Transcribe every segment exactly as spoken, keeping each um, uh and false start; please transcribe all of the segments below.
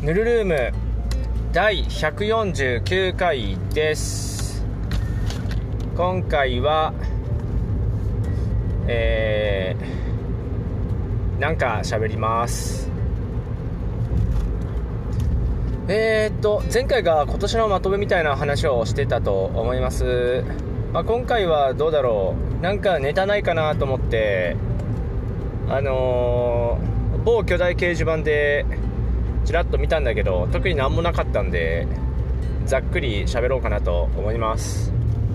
ヌルルームだいひゃくよんじゅうきゅうかいです。今回はえー、なんか喋ります。えーっと前回が今年のまとめみたいな話をしてたと思います。まあ、今回はどうだろう、なんかネタないかなと思ってあのー、某巨大掲示板でちらっと見たんだけど、特になんもなかったんでざっくり喋ろうかなと思います。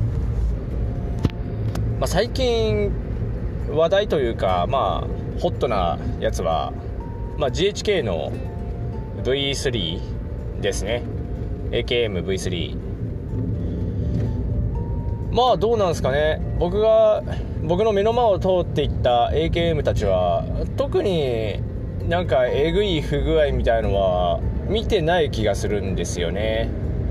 まあ、最近話題というか、まあホットなやつは、まあ、ジーエイチケー の ブイスリー ですね。 エーケーエムブイスリー。 まあどうなんですかね。僕が僕の目の前を通っていった エーケーエム たちは特になんかえぐい不具合みたいのは見てない気がするんですよね。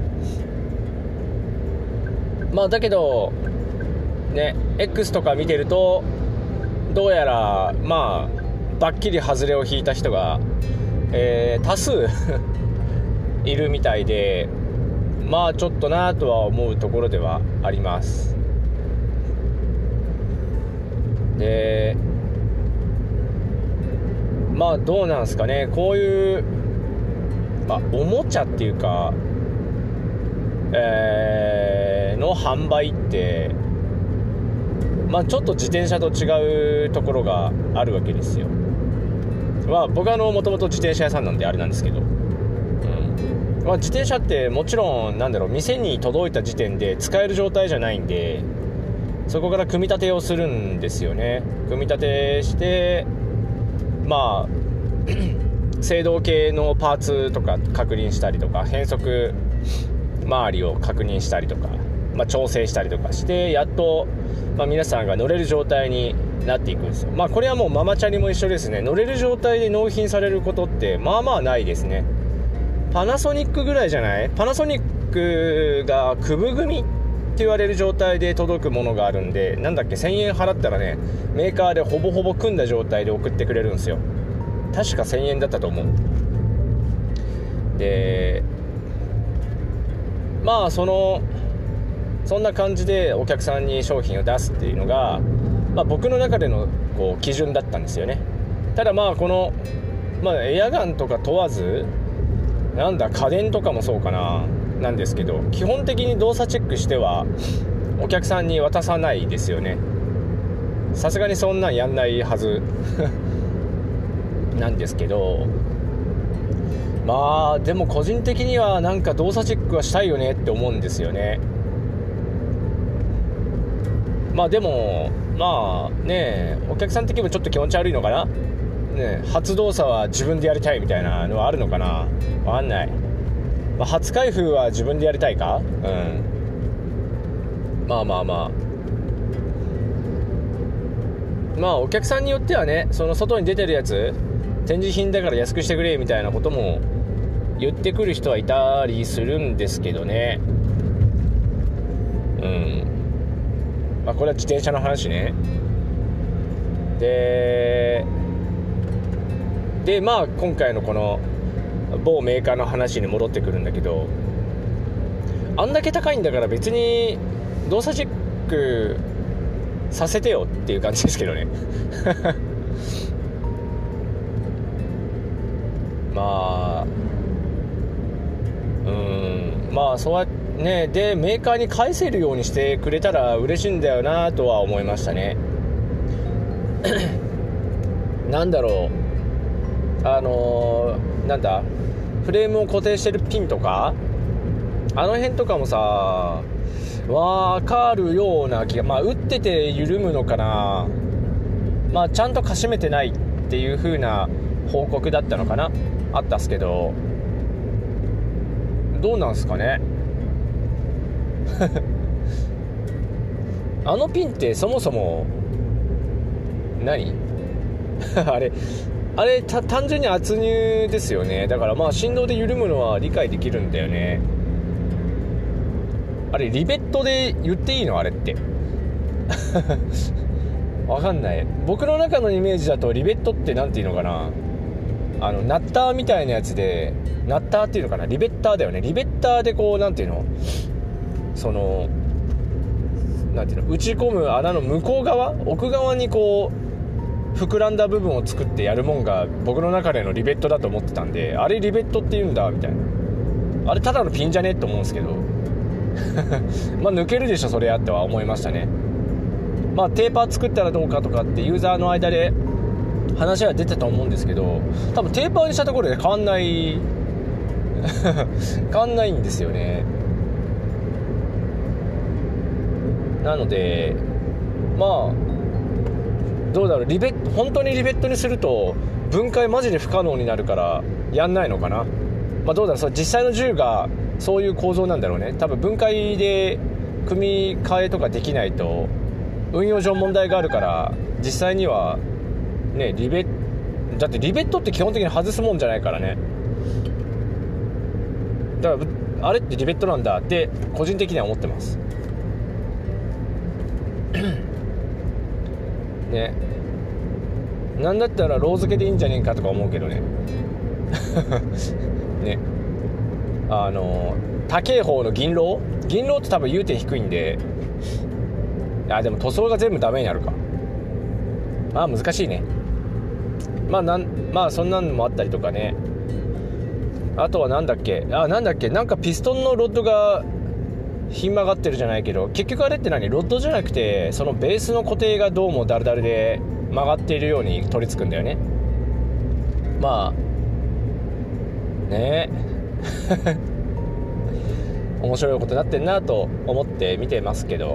まあだけどね、 X とか見てるとどうやらまあバッキリ外れを引いた人が、えー、多数いるみたいで、まあちょっとなとは思うところではあります。でまあどうなんですかね、こういう、まあ、おもちゃっていうか、えー、の販売ってまあちょっと自転車と違うところがあるわけですよ。まあ僕はもともと自転車屋さんなんであれなんですけど、うんまあ、自転車ってもちろんなんだろう、店に届いた時点で使える状態じゃないんで、そこから組み立てをするんですよね。組み立てしてまあ制動系のパーツとか確認したりとか、変速周りを確認したりとか、まあ、調整したりとかしてやっと、まあ、皆さんが乗れる状態になっていくんですよ。まあこれはもうママチャリも一緒ですね。乗れる状態で納品されることってまあまあないですね。パナソニックぐらいじゃない？パナソニックがクブ組って言われる状態で届くものがあるんで、なんだっけ、せんえん払ったらね、メーカーでほぼほぼ組んだ状態で送ってくれるんですよ。確かせんえんだったと思う。でまあそのそんな感じでお客さんに商品を出すっていうのが、まあ、僕の中でのこう基準だったんですよね。ただまあこの、まあ、エアガンとか問わず、なんだ家電とかもそうかななんですけど、基本的に動作チェックしてはお客さんに渡さないですよね。さすがにそんなんやんないはずなんですけど、まあでも個人的にはなんか動作チェックはしたいよねって思うんですよね。まあでもまあね、お客さん的にもちょっと気持ち悪いのかな、ね、初動作は自分でやりたいみたいなのはあるのかな、わかんない。まあ、初開封は自分でやりたいか、うん、まあまあまあまあお客さんによってはね、その外に出てるやつ展示品だから安くしてくれみたいなことも言ってくる人はいたりするんですけどね。うんまあこれは自転車の話ね。ででまあ今回のこの某メーカーの話に戻ってくるんだけど、あんだけ高いんだから別に動作チェックさせてよっていう感じですけどねまあうーんまあそうやってね、でメーカーに返せるようにしてくれたら嬉しいんだよなとは思いましたねなんだろう、あのー、なんだフレームを固定してるピンとかあの辺とかもさわかるような気が、まあ打ってて緩むのかな、まあちゃんとかしめてないっていう風な報告だったのかな、あったっすけど、どうなんすかねあのピンってそもそも何あれあれた単純に圧入ですよね。だからまあ振動で緩むのは理解できるんだよね。あれリベットで言っていいのあれってわかんない。僕の中のイメージだとリベットってなんていうのかな、 あのナッターみたいなやつで、ナッターっていうのかな、リベッターだよね、リベッターでこうなんていうの、そのなんていうの、打ち込む穴の向こう側、奥側にこう膨らんだ部分を作ってやるもんが僕の中でのリベットだと思ってたんで、あれリベットって言うんだみたいな、あれただのピンじゃねって思うんですけどまあ抜けるでしょそれやっては思いましたね。まあテーパー作ったらどうかとかってユーザーの間で話は出てたと思うんですけど、多分テーパーにしたところで変わんない変わんないんですよね。なのでまあどうだろう、リベット本当にリベットにすると分解マジで不可能になるからやんないのかな。まあどうだろう、それ実際の銃がそういう構造なんだろうね。多分分解で組み替えとかできないと運用上問題があるから、実際にはねリベだってリベットって基本的に外すもんじゃないからね。だからあれってリベットなんだって個人的には思ってますね。なんだったらロー付けでいいんじゃねえかとか思うけどねね、あの高い方の銀ロー銀ローって多分融点低いんで、あでも塗装が全部ダメになるか、まあ難しいね。まあなんまあそんなのもあったりとかね。あとはなんだっけあなんだっけなんかピストンのロッドがひん曲がってるじゃないけど、結局あれって何、ロッドじゃなくてそのベースの固定がどうもダルダルで曲がっているように取り付くんだよね。まあね面白いことになってんなと思って見てますけど、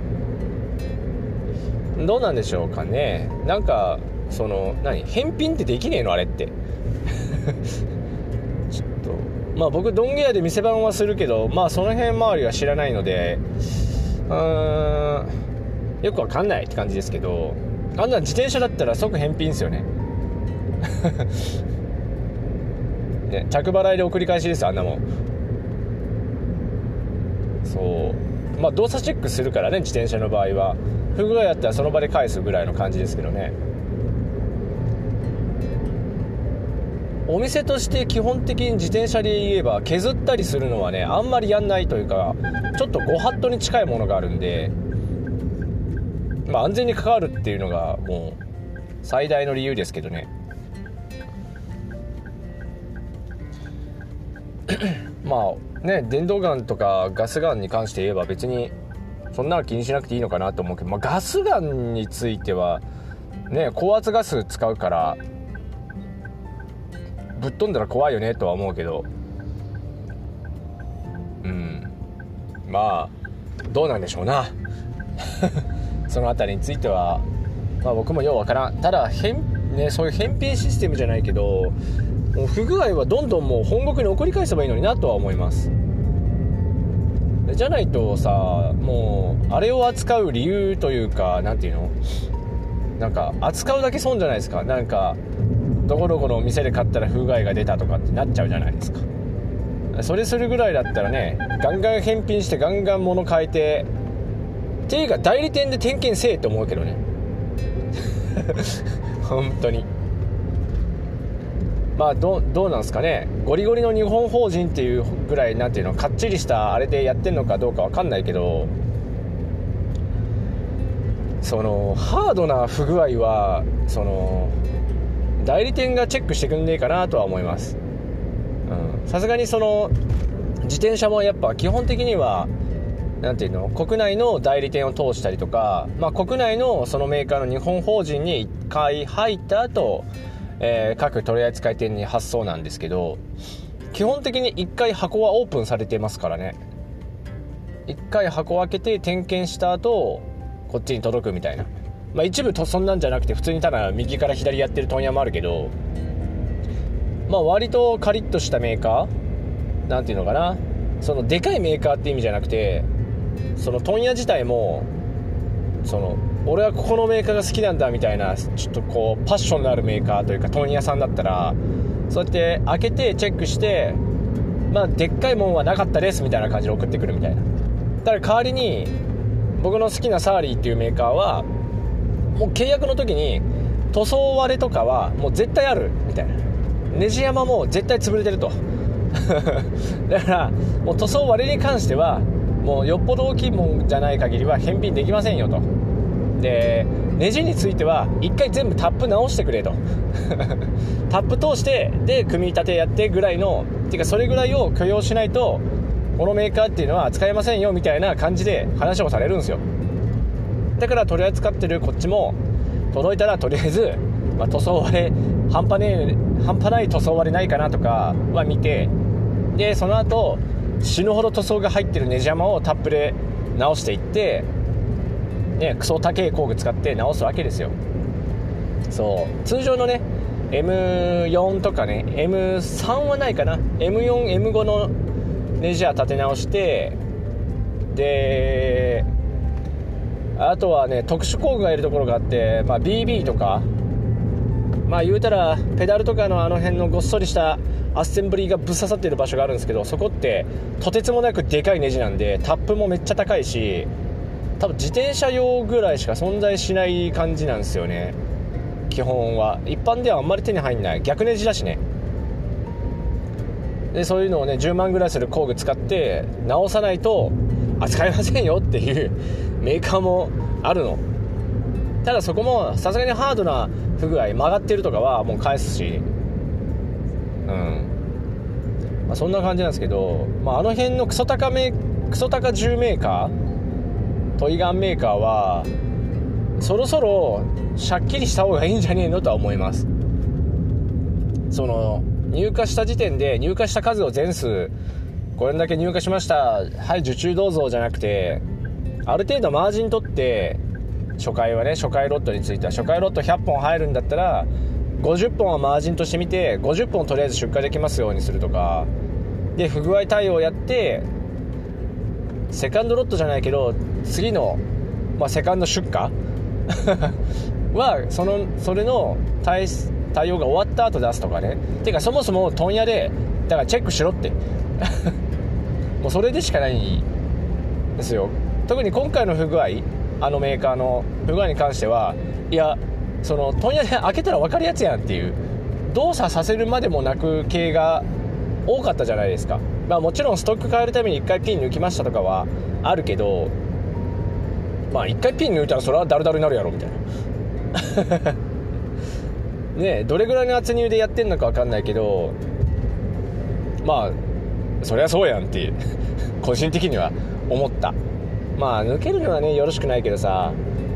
どうなんでしょうかね。なんかその何返品ってできねえのあれってちょっとまあ僕ドンゲアで店番はするけど、まあその辺周りは知らないのでうーんよくわかんないって感じですけど、あんな自転車だったら即返品ですよねね、着払いで送り返しですよあんなもん。そうまあ動作チェックするからね、自転車の場合は不具合だったらその場で返すぐらいの感じですけどね。お店として基本的に自転車で言えば削ったりするのはねあんまりやんないというか、ちょっとご法度に近いものがあるんで、まあ安全に関わるっていうのがもう最大の理由ですけどねまあね電動ガンとかガスガンに関して言えば別にそんなの気にしなくていいのかなと思うけど、まあ、ガスガンについてはね高圧ガス使うからぶっ飛んだら怖いよねとは思うけど、うんまあどうなんでしょうなそのあたりについては、まあ、僕もようわからん。ただ返、ね、そういう返品システムじゃないけどもう不具合はどんどんもう本国に送り返せばいいのになとは思います。じゃないとさもうあれを扱う理由というかなんていうのなんか扱うだけ損じゃないですか。なんかどこどこのお店で買ったら不具合が出たとかってなっちゃうじゃないですか。それするぐらいだったらねガンガン返品してガンガン物変えてっていうか代理店で点検せえって思うけどね本当にまあ ど, どうなんですかね。ゴリゴリの日本法人っていうぐらいなんていうのかっちりしたあれでやってんのかどうかわかんないけど、そのハードな不具合はその代理店がチェックしてくんねえかなとは思います。さすがにその自転車もやっぱ基本的にはなんていうの国内の代理店を通したりとか、まあ、国内のそのメーカーの日本法人にいっかい入った後、えー、各取扱店に発送なんですけど、基本的にいっかい箱はオープンされてますからね。いっかい箱を開けて点検した後こっちに届くみたいな、まあ、一部とそんなんじゃなくて普通にただ右から左やってる問屋もあるけど、まあ割とカリッとしたメーカーなんていうのかな、そのでかいメーカーって意味じゃなくてその問屋自体もその俺はここのメーカーが好きなんだみたいなちょっとこうパッションのあるメーカーというか問屋さんだったらそうやって開けてチェックしてまあでっかいもんはなかったですみたいな感じで送ってくるみたいな。だから代わりに僕の好きなサーリーっていうメーカーはもう契約の時に塗装割れとかはもう絶対あるみたいな、 ネジ山も絶対潰れてるとだからもう塗装割れに関してはもうよっぽど大きいもんじゃない限りは返品できませんよと。でネジについては一回全部タップ直してくれとタップ通してで組み立てやってぐらいのてかそれぐらいを許容しないとこのメーカーっていうのは扱えませんよみたいな感じで話をされるんですよ。だから取り扱ってるこっちも届いたらとりあえず、まあ、塗装割れ半端ねえ半端ない塗装割れないかなとかは見て、でその後死ぬほど塗装が入ってるネジ山をタップで直していって、ね、クソ高い工具使って直すわけですよ。そう通常のね エムよん とかね エムさん はないかな エムよん、エムご のネジは立て直して、であとはね特殊工具がいるところがあって、まあ、ビービー とかまあ言うたらペダルとかのあの辺のごっそりしたアッセンブリーがぶっ刺さっている場所があるんですけど、そこってとてつもなくでかいネジなんでタップもめっちゃ高いし、多分自転車用ぐらいしか存在しない感じなんですよね。基本は一般ではあんまり手に入んない逆ネジだしね。でそういうのをねじゅうまんぐらいする工具使って直さないと扱えませんよっていうメーカーもあるの。ただそこもさすがにハードな不具合曲がってるとかはもう返すし、うん、まあ、そんな感じなんですけど、まあ、あの辺のクソ高めクソ高重メーカートイガンメーカーはそろそろしゃっきりした方がいいんじゃねえのとは思います。その入荷した時点で入荷した数を全数これだけ入荷しましたはい受注どうぞじゃなくて、ある程度マージン取って初回はね初回ロットについては初回ロットひゃっぽん入るんだったらごじゅっぽんはマージンとしてみてごじゅっぽんとりあえず出荷できますようにするとかで不具合対応やってセカンドロットじゃないけど次の、まあ、セカンド出荷はそのそれの 対, 対応が終わった後出すとかね。てかそもそも問屋でだからチェックしろってもうそれでしかないんですよ。特に今回の不具合あのメーカーの不具合に関してはいやその問屋で開けたら分かるやつやんっていう動作させるまでもなく系が多かったじゃないですか。まあもちろんストック変えるためにいっかいピン抜きましたとかはあるけど、まあいっかいピン抜いたらそれはダルダルになるやろみたいなねえどれぐらいの圧入でやってんのか分かんないけどまあそりゃそうやんって個人的には思った。まあ抜けるのはねよろしくないけどさ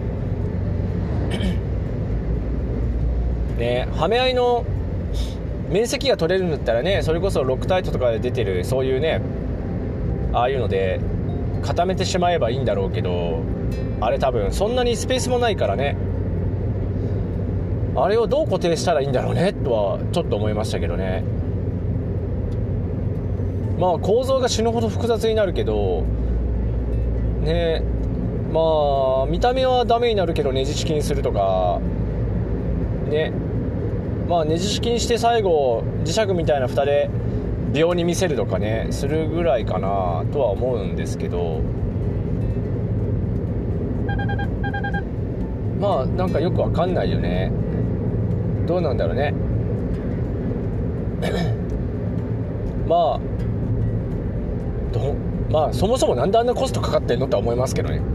ね、はめ合いの面積が取れるんだったらねそれこそロックタイトとかで出てるそういうねああいうので固めてしまえばいいんだろうけど、あれ多分そんなにスペースもないからねあれをどう固定したらいいんだろうねとはちょっと思いましたけどね。まあ構造が死ぬほど複雑になるけどね、まあ見た目はダメになるけどネジ式にするとかね、まあネジ式にして最後磁石みたいな蓋で秒に見せるとかねするぐらいかなとは思うんですけど、まあなんかよくわかんないよね。どうなんだろうねまあどまあそもそもなんであんなコストかかってんのって思いますけどね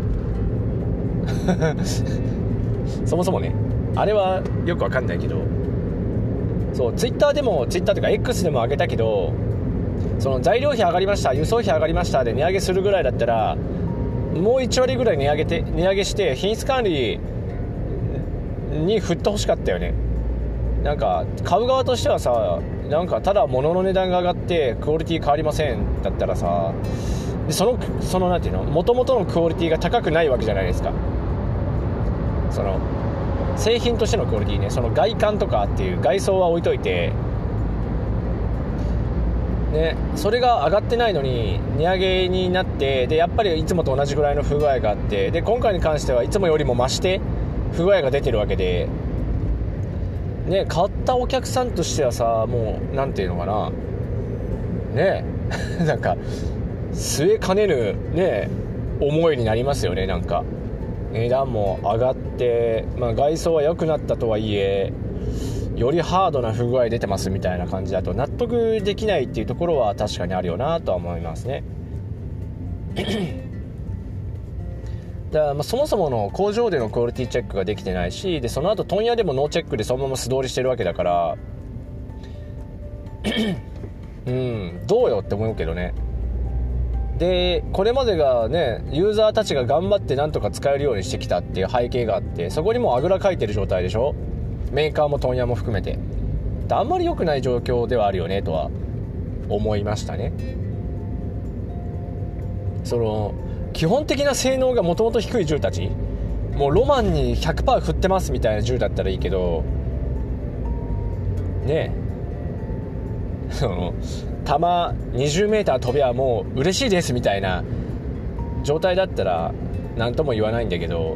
そもそもねあれはよくわかんないけど、そうツイッターでもツイッターとか X でも上げたけど、その材料費上がりました輸送費上がりましたで値上げするぐらいだったらもういち割ぐらい値上げて値上げして品質管理に振ってほしかったよね。なんか買う側としてはさなんかただ物の値段が上がってクオリティ変わりませんだったらさでそのそのなんていうの元々のクオリティが高くないわけじゃないですか。その製品としてのクオリティね、その外観とかっていう外装は置いといてね、それが上がってないのに値上げになってでやっぱりいつもと同じぐらいの不具合があってで今回に関してはいつもよりも増して不具合が出てるわけでね、買ったお客さんとしてはさもうなんていうのかなねなんか据えかねぬね思いになりますよね。なんか値段も上がって、まあ、外装は良くなったとはいえよりハードな不具合出てますみたいな感じだと納得できないっていうところは確かにあるよなとは思いますね。だからまあそもそもの工場でのクオリティチェックができてないし、でその後問屋でもノーチェックでそのまま素通りしてるわけだからうんどうよって思うけどね。でこれまでがねユーザーたちが頑張ってなんとか使えるようにしてきたっていう背景があって、そこにもうあぐらかいてる状態でしょ、メーカーも問屋も含めて。あんまり良くない状況ではあるよねとは思いましたね。その基本的な性能がもともと低い銃たち、もうロマンに ひゃくパーセント 振ってますみたいな銃だったらいいけどねえ、その弾 にじゅうメーター 飛びゃもう嬉しいですみたいな状態だったら何とも言わないんだけど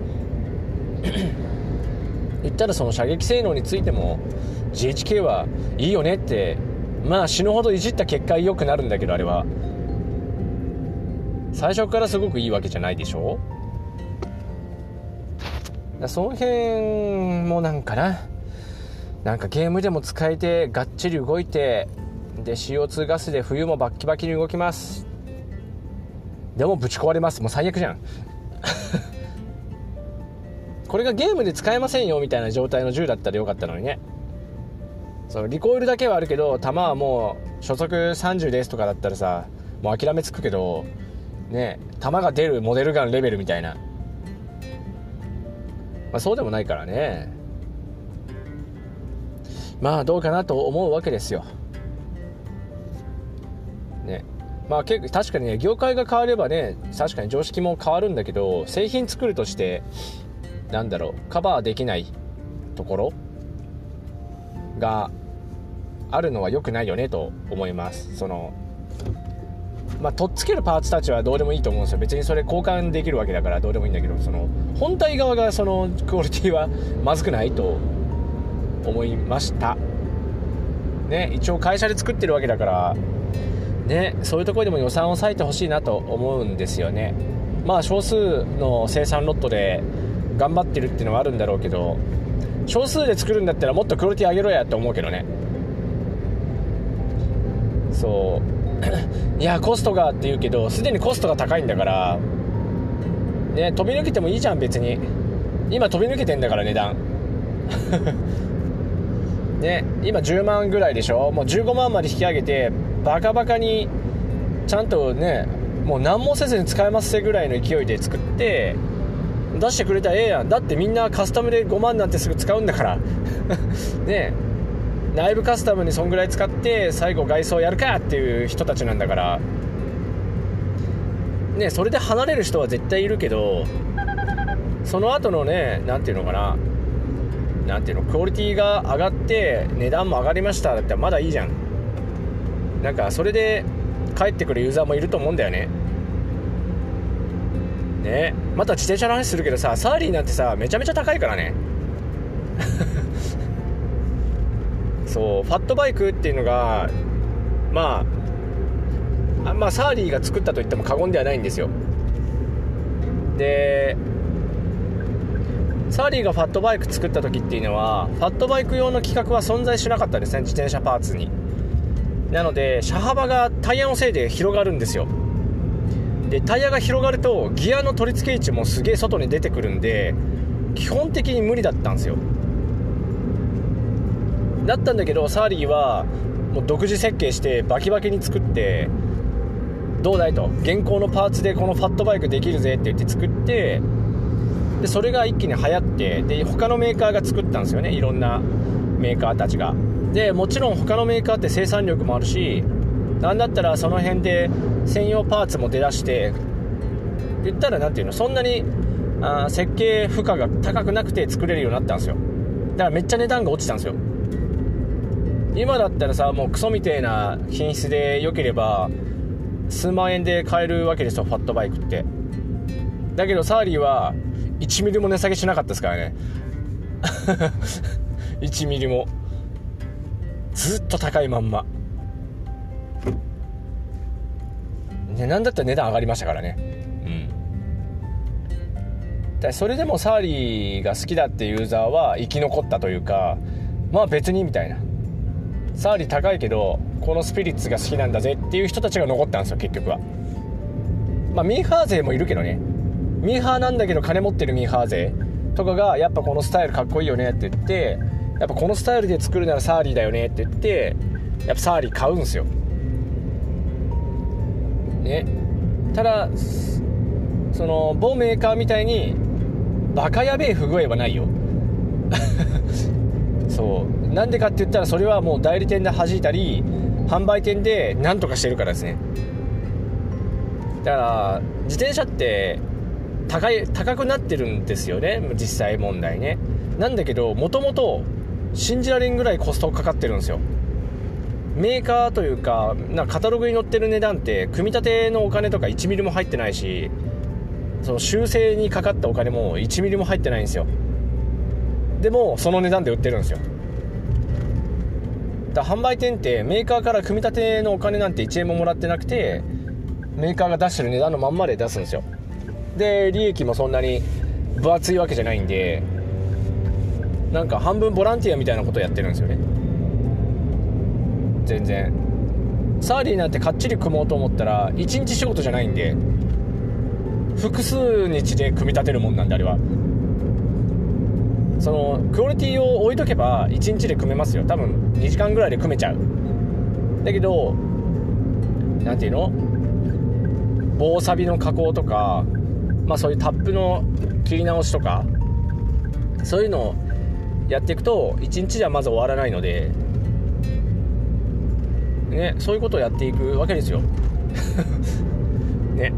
言ったらその射撃性能についても ジーエイチケー はいいよねって、まあ死ぬほどいじった結果良くなるんだけど、あれは最初からすごくいいわけじゃないでしょ。だその辺もなんかななんかゲームでも使えてがっちり動いて、で シーオーツー ガスで冬もバッキバキに動きます、でもぶち壊れます、もう最悪じゃんこれがゲームで使えませんよみたいな状態の銃だったらよかったのにね。そのリコイルだけはあるけど弾はもう初速さんじゅうですとかだったらさもう諦めつくけどね、弾が出るモデルガンレベルみたいな、まあ、そうでもないからね。まあどうかなと思うわけですよね。まあ結構確かにね業界が変わればね確かに常識も変わるんだけど、製品作るとしてなんだろうカバーできないところがあるのは良くないよねと思います。そのまあとっつけるパーツたちはどうでもいいと思うんですよ。別にそれ交換できるわけだからどうでもいいんだけど、その本体側がそのクオリティはまずくないと思いましたね。一応会社で作ってるわけだからね、そういうところでも予算を割いてほしいなと思うんですよね。まあ少数の生産ロットで頑張ってるっていうのはあるんだろうけど、少数で作るんだったらもっとクオリティ上げろやって思うけどね。そういやコストがって言うけどすでにコストが高いんだからね、飛び抜けてもいいじゃん別に。今飛び抜けてんだから値段ね、今じゅうまんぐらいでしょ。もうじゅうごまんまで引き上げてバカバカにちゃんとねもう何もせずに使えますせぐらいの勢いで作って出してくれたらええやん。だってみんなカスタムでごまんなんてすぐ使うんだからね、内部カスタムにそんぐらい使って最後外装やるかっていう人たちなんだからね。それで離れる人は絶対いるけど、その後のねなんていうのかななんていうのクオリティが上がって値段も上がりましただったらまだいいじゃん。なんかそれで帰ってくるユーザーもいると思うんだよね。ね、また自転車の話するけどさ、サーリーなんてさめちゃめちゃ高いからねそうファットバイクっていうのがまああまあサーリーが作ったと言っても過言ではないんですよ。でサーリーがファットバイク作った時っていうのはファットバイク用の規格は存在しなかったですね、自転車パーツに。なので車幅がタイヤのせいで広がるんですよ。でタイヤが広がるとギアの取り付け位置もすげえ外に出てくるんで基本的に無理だったんですよ。だったんだけどサーリーはもう独自設計してバキバキに作って、どうだいと現行のパーツでこのファットバイクできるぜって言って作って、でそれが一気に流行って、で他のメーカーが作ったんですよね、いろんなメーカーたちが。でもちろん他のメーカーって生産力もあるし、なんだったらその辺で専用パーツも出だして、言ったらなんていうのそんなにあ設計負荷が高くなくて作れるようになったんですよ。だからめっちゃ値段が落ちたんですよ。今だったらさもうクソみてえな品質で良ければ数万円で買えるわけですよファットバイクって。だけどサーリーはいちミリも値下げしなかったですからねいちミリもずっと高いまんま、ね、なんだったら値段上がりましたからね。うん。だそれでもサーリーが好きだっていうユーザーは生き残ったというか、 まあ別にみたいな、サーリー高いけどこのスピリッツが好きなんだぜっていう人たちが残ったんですよ結局は。まあミーハー勢もいるけどね、ミーハーなんだけど金持ってるミーハー勢とかがやっぱこのスタイルかっこいいよねって言って、やっぱこのスタイルで作るならサーリーだよねって言ってやっぱサーリー買うんすよね。ただその某メーカーみたいにバカやべえ不具合はないよそうなんでかって言ったらそれはもう代理店で弾いたり販売店で何とかしてるからですね。だから自転車って高い高くなってるんですよね実際問題ね。なんだけどもともと信じられんぐらいコストかかってるんですよ。メーカーというかなんかカタログに載ってる値段って組み立てのお金とかいちミリも入ってないし、その修正にかかったお金もいちミリも入ってないんですよ。でもその値段で売ってるんですよ。だから販売店ってメーカーから組み立てのお金なんていちえんももらってなくて、メーカーが出してる値段のまんまで出すんですよ。で利益もそんなに分厚いわけじゃないんで、なんか半分ボランティアみたいなことをやってるんですよね。全然サーリーなんてかっちり組もうと思ったらいちにち仕事じゃないんで、複数日で組み立てるもんなんで、あれはそのクオリティを置いとけばいちにちで組めますよ。多分にじかんぐらいで組めちゃう。だけどなんていうの、棒サビの加工とか、まあそういうタップの切り直しとかそういうのをやっていくといちにちじゃまず終わらないのでね、そういうことをやっていくわけですよね。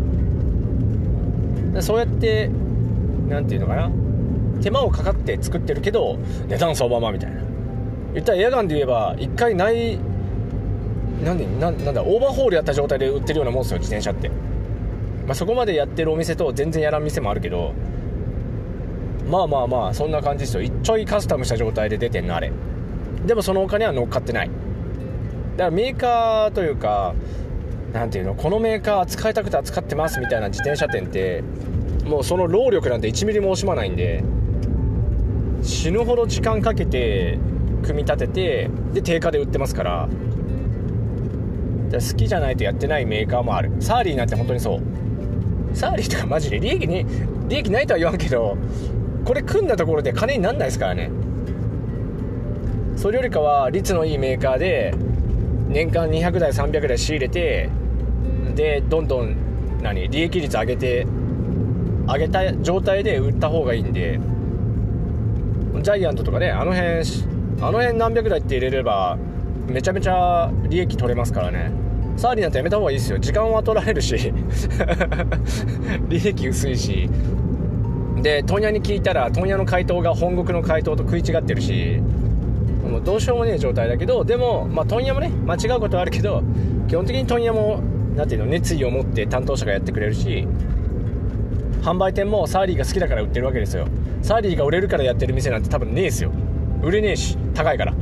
そうやってなんていうのかな、手間をかかって作ってるけど値段相場まみたいな、言ったらエアガンで言えば一回ないなんで な, なんだオーバーホールやった状態で売ってるようなもんですよ自転車って。まあ、そこまでやってるお店と全然やらん店もあるけど、まあまあまあそんな感じですよ。ちょいカスタムした状態で出てんのあれ。でもそのお金は乗っかってない。だからメーカーというかなんていうの、このメーカー扱いたくて扱ってますみたいな自転車店ってもうその労力なんていちミリも惜しまないんで、死ぬほど時間かけて組み立ててで定価で売ってますから、好きじゃないとやってないメーカーもある。サーリーなんて本当にそう。サーリーとかマジで利益に利益ないとは言わんけど、これ組んだところで金になんないですからね。それよりかは率のいいメーカーで年間にひゃくだいさんびゃくだい仕入れて、でどんどん何利益率上げて上げた状態で売った方がいいんで、ジャイアントとかね、あの辺あの辺何百台って入れればめちゃめちゃ利益取れますからね。サーリーなんてやめた方がいいですよ。時間は取られるし利益薄いし、で問屋に聞いたら問屋の回答が本国の回答と食い違ってるし、もうどうしようもねえ状態だけど、でもまあ問屋もね間違うことはあるけど、基本的に問屋もなんていうの熱意を持って担当者がやってくれるし、販売店もサーリーが好きだから売ってるわけですよ。サーリーが売れるからやってる店なんて多分ねえですよ。売れねえし高いから。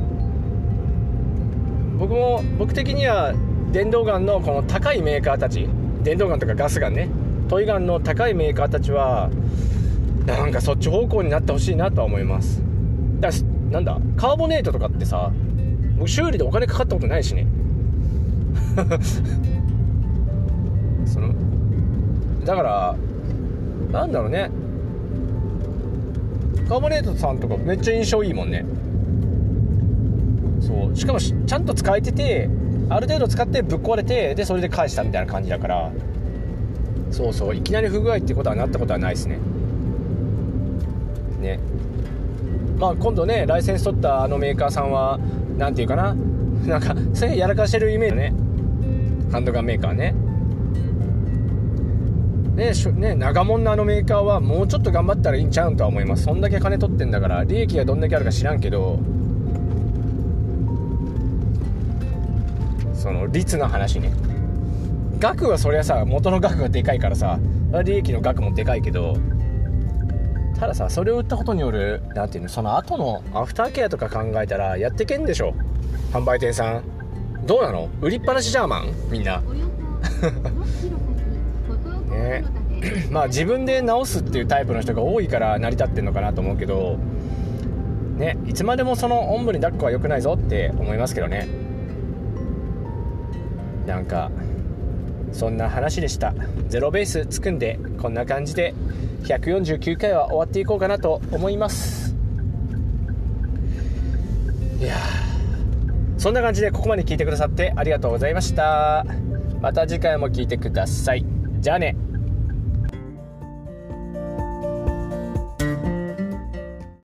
僕も僕的には電動ガンのこの高いメーカーたち、電動ガンとかガスガンね、トイガンの高いメーカーたちはなんかそっち方向になってほしいなとは思います。だからなんだカーボネートとかってさ、僕修理でお金かかったことないしねそのだからなんだろうね、カーボネートさんとかめっちゃ印象いいもんね。そうしかもちゃんと使えてて、ある程度使ってぶっ壊れて、でそれで返したみたいな感じだから、そうそういきなり不具合ってことはなったことはないですね。ね、まあ今度ねライセンス取ったあのメーカーさんはなんていうかな、なんかそういうやらかしてるイメージね、ハンドガンメーカーね。ねね長門のあのメーカーはもうちょっと頑張ったらいいんちゃうんとは思います。そんだけ金取ってんだから利益がどんだけあるか知らんけど、その率の話ね、額はそりゃさ元の額がでかいからさ利益の額もでかいけど、たださそれを売ったことによるなんていうの、その後のアフターケアとか考えたらやってけんでしょ販売店さん。どうなの、売りっぱなしジャーマンみんなねまあ自分で直すっていうタイプの人が多いから成り立ってんのかなと思うけど、 ね、いつまでもそのおんぶに抱っこは良くないぞって思いますけどね。なんかそんな話でした。ゼロベースつくんでこんな感じでひゃくよんじゅうきゅうかいは終わっていこうかなと思います。いやそんな感じでここまで聞いてくださってありがとうございました。また次回も聞いてください。じゃあね。